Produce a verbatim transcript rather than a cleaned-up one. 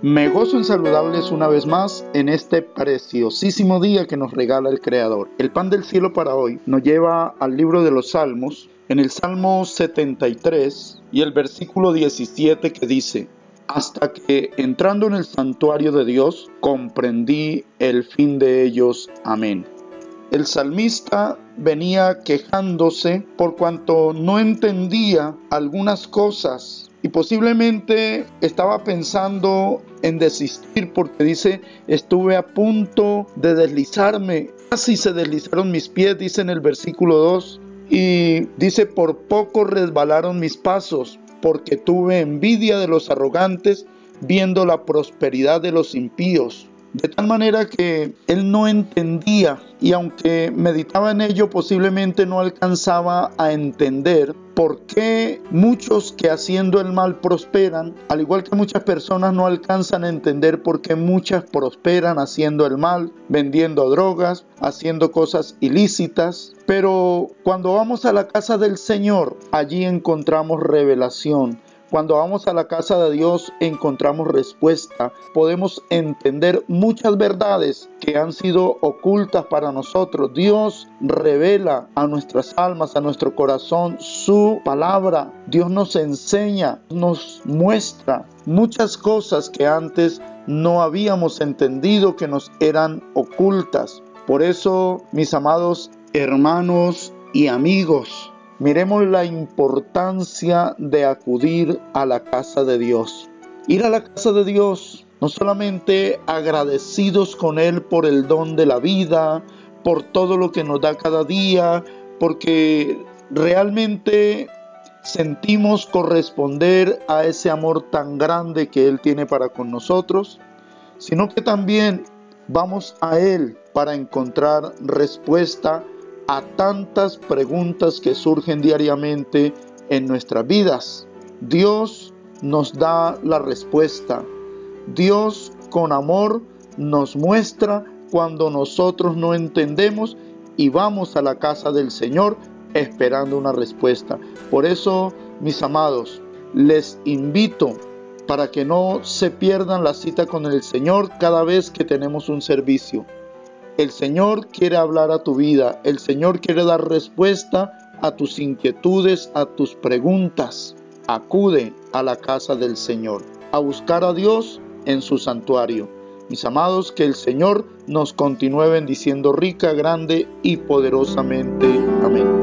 Me gozo en saludarles una vez más en este preciosísimo día que nos regala el Creador. El pan del cielo para hoy nos lleva al libro de los Salmos, en el Salmo setenta y tres y el versículo diecisiete que dice: hasta que entrando en el santuario de Dios comprendí el fin de ellos. Amén. El salmista venía quejándose por cuanto no entendía algunas cosas y posiblemente estaba pensando en desistir porque dice: estuve a punto de deslizarme, casi se deslizaron mis pies, dice en el versículo dos, y dice: por poco resbalaron mis pasos, porque tuve envidia de los arrogantes, viendo la prosperidad de los impíos. De tal manera que él no entendía, y aunque meditaba en ello, posiblemente no alcanzaba a entender por qué muchos que haciendo el mal prosperan, al igual que muchas personas no alcanzan a entender por qué muchas prosperan haciendo el mal, vendiendo drogas, haciendo cosas ilícitas. Pero cuando vamos a la casa del Señor, allí encontramos revelación. Cuando vamos a la casa de Dios encontramos respuesta, podemos entender muchas verdades que han sido ocultas para nosotros. Dios revela a nuestras almas, a nuestro corazón, su palabra. Dios nos enseña, nos muestra muchas cosas que antes no habíamos entendido, que nos eran ocultas. Por eso, mis amados hermanos y amigos, miremos la importancia de acudir a la casa de Dios. Ir a la casa de Dios, no solamente agradecidos con Él por el don de la vida, por todo lo que nos da cada día, porque realmente sentimos corresponder a ese amor tan grande que Él tiene para con nosotros, sino que también vamos a Él para encontrar respuesta a tantas preguntas que surgen diariamente en nuestras vidas. Dios nos da la respuesta. Dios con amor nos muestra cuando nosotros no entendemos y vamos a la casa del Señor esperando una respuesta. Por eso, mis amados, les invito para que no se pierdan la cita con el Señor cada vez que tenemos un servicio. El Señor quiere hablar a tu vida. El Señor quiere dar respuesta a tus inquietudes, a tus preguntas. Acude a la casa del Señor, a buscar a Dios en su santuario. Mis amados, que el Señor nos continúe bendiciendo rica, grande y poderosamente. Amén.